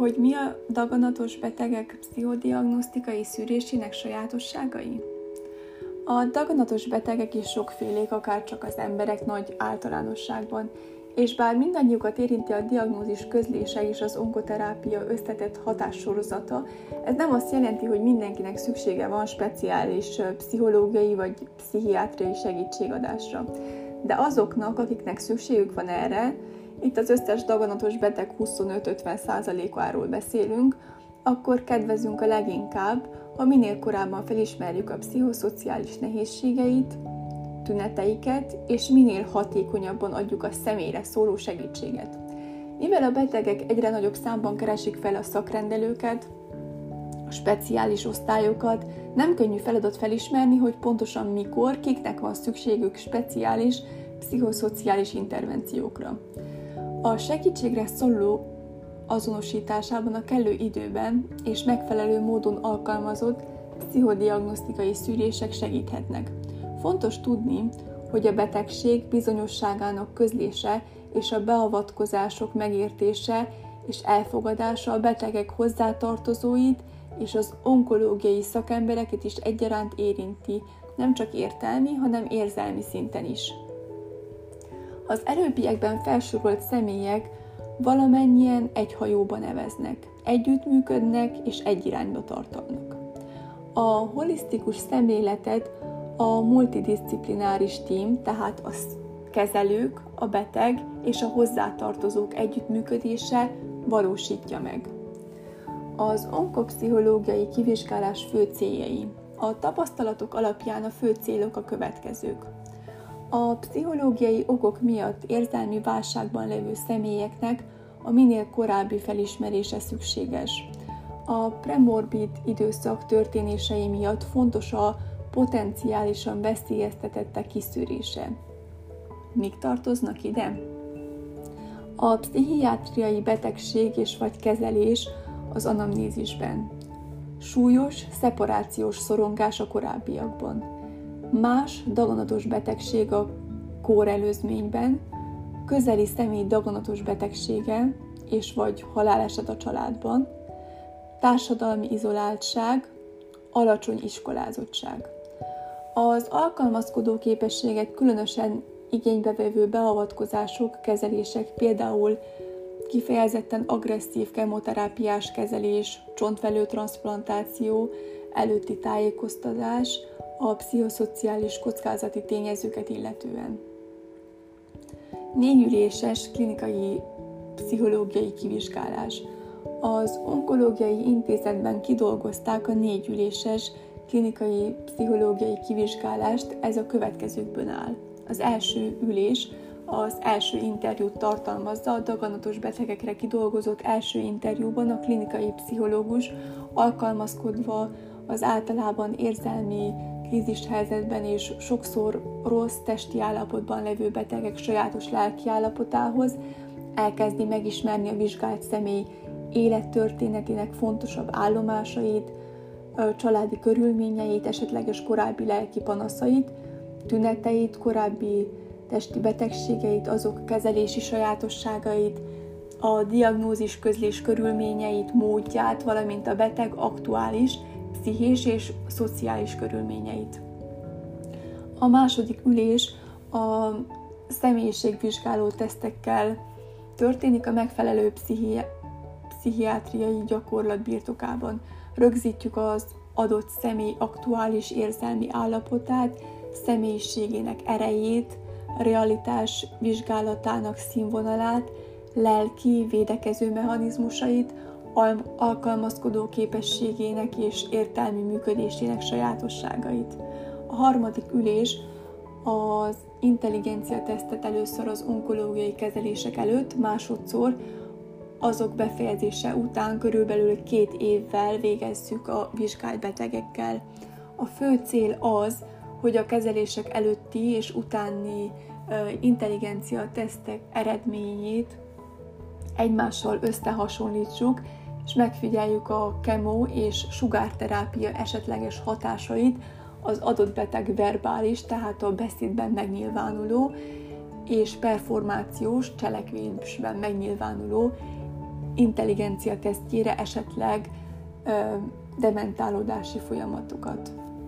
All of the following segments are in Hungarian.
hogy mi a daganatos betegek pszichodiagnosztikai szűrésének sajátosságai? A daganatos betegek is sokfélék, akár csak az emberek nagy általánosságban, és bár mindannyiukat érinti a diagnózis közlése és az onkoterápia összetett hatássorozata, ez nem azt jelenti, hogy mindenkinek szüksége van speciális pszichológiai vagy pszichiátriai segítségadásra. De azoknak, akiknek szükségük van erre, itt az összes daganatos beteg 25-50%-áról beszélünk, akkor kedvezünk a leginkább, ha minél korábban felismerjük a pszichoszociális nehézségeit, tüneteiket, és minél hatékonyabban adjuk a személyre szóló segítséget. Mivel a betegek egyre nagyobb számban keresik fel a szakrendelőket, a speciális osztályokat, nem könnyű feladat felismerni, hogy pontosan mikor, kiknek van szükségük speciális pszichoszociális intervenciókra. A segítségre szóló azonosításában a kellő időben és megfelelő módon alkalmazott pszichodiagnosztikai szűrések segíthetnek. Fontos tudni, hogy a betegség bizonyosságának közlése és a beavatkozások megértése és elfogadása a betegek hozzátartozóit és az onkológiai szakembereket is egyaránt érinti, nem csak értelmi, hanem érzelmi szinten is. Az előbbiekben felsorolt személyek valamennyien egy hajóban neveznek, együttműködnek és egy irányba tartanak. A holisztikus szemléletet a multidisziplináris tím, tehát a kezelők, a beteg és a hozzátartozók együttműködése valósítja meg. Az onkopszichológiai kivizsgálás fő céljai. A tapasztalatok alapján a fő célok a következők. A pszichológiai okok miatt érzelmi válságban levő személyeknek a minél korábbi felismerése szükséges. A premorbid időszak történései miatt fontos a potenciálisan veszélyeztetettek kiszűrése. Mik tartoznak ide? A pszichiátriai betegség és vagy kezelés az anamnézisben. Súlyos, szeparációs szorongás a korábbiakban. Más daganatos betegség a kórelőzményben, közeli személy daganatos betegsége és vagy haláleset a családban, társadalmi izoláltság, alacsony iskolázottság. Az alkalmazkodó képességet különösen igénybevevő beavatkozások, kezelések, például kifejezetten agresszív kemoterápiás kezelés, csontvelőtranszplantáció, előtti tájékoztatás, a pszichoszociális kockázati tényezőket illetően. 4 üléses klinikai pszichológiai kivizsgálás. Az onkológiai intézetben kidolgozták a 4 üléses klinikai pszichológiai kivizsgálást, ez a következőkből áll. Az első ülés az első interjút tartalmazza, a daganatos betegekre kidolgozott első interjúban a klinikai pszichológus alkalmazkodva az általában érzelmi krízishelyzetben és sokszor rossz testi állapotban levő betegek sajátos lelki állapotához elkezdi megismerni a vizsgált személy élettörténetének fontosabb állomásait, családi körülményeit, esetleges korábbi lelki panaszait, tüneteit, korábbi testi betegségeit, azok kezelési sajátosságait, a diagnózis közlés körülményeit, módját, valamint a beteg aktuális, pszichés és szociális körülményeit. A második ülés a személyiségvizsgáló tesztekkel történik a megfelelő pszichiátriai gyakorlat birtokában. Rögzítjük az adott személy aktuális érzelmi állapotát, személyiségének erejét, realitás vizsgálatának színvonalát, lelki védekező mechanizmusait, alkalmazkodó képességének és értelmi működésének sajátosságait. A harmadik ülés az intelligencia tesztet először az onkológiai kezelések előtt, másodszor azok befejezése után körülbelül 2 évvel végezzük a vizsgált betegekkel. A fő cél az, hogy a kezelések előtti és utáni intelligencia tesztek eredményét egymással összehasonlítsuk, és megfigyeljük a kemo és sugárterápia esetleges hatásait az adott beteg verbális, tehát a beszédben megnyilvánuló és performációs cselekvésben megnyilvánuló intelligencia tesztjére, esetleg dementálódási folyamatokat.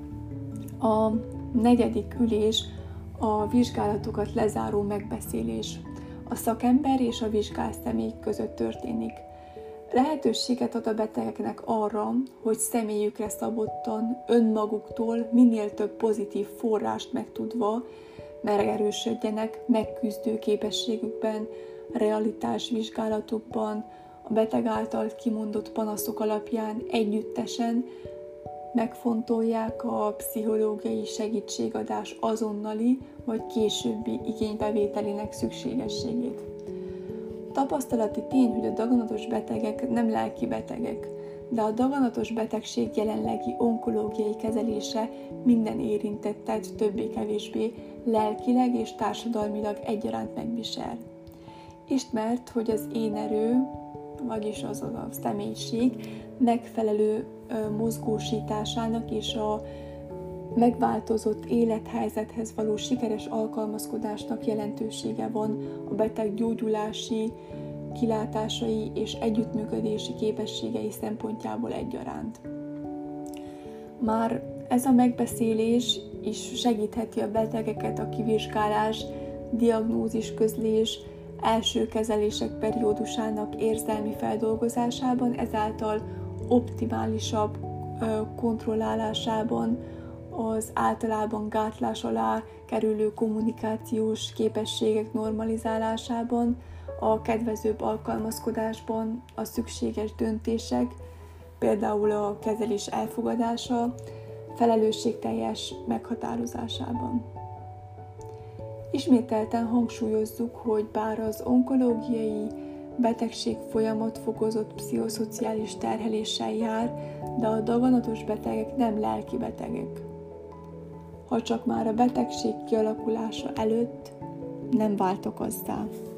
A 4. ülés a vizsgálatokat lezáró megbeszélés. A szakember és a vizsgált személy között történik. Lehetőséget ad a betegeknek arra, hogy személyükre szabottan, önmaguktól minél több pozitív forrást megtudva megerősödjenek megküzdő képességükben, realitás vizsgálatukban, a beteg által kimondott panaszok alapján együttesen megfontolják a pszichológiai segítségadás azonnali vagy későbbi igénybevételének szükségességét. Tapasztalati tény, hogy a daganatos betegek nem lelki betegek, de a daganatos betegség jelenlegi onkológiai kezelése minden érintettet többé-kevésbé lelkileg és társadalmilag egyaránt megvisel. Ismert, hogy az énerő, vagyis az a személyiség megfelelő mozgósításának és a megváltozott élethelyzethez való sikeres alkalmazkodásnak jelentősége van a beteg gyógyulási, kilátásai és együttműködési képességei szempontjából egyaránt. Már ez a megbeszélés is segítheti a betegeket a kivizsgálás, diagnózis közlés, első kezelések periódusának érzelmi feldolgozásában, ezáltal optimálisabb kontrollálásában, az általában gátlás alá kerülő kommunikációs képességek normalizálásában, a kedvezőbb alkalmazkodásban, a szükséges döntések, például a kezelés elfogadása, felelősségteljes meghatározásában. Ismételten hangsúlyozzuk, hogy bár az onkológiai betegség folyamat fokozott pszichoszociális terheléssel jár, de a daganatos betegek nem lelki betegek. Ha csak már a betegség kialakulása előtt nem váltok azzá.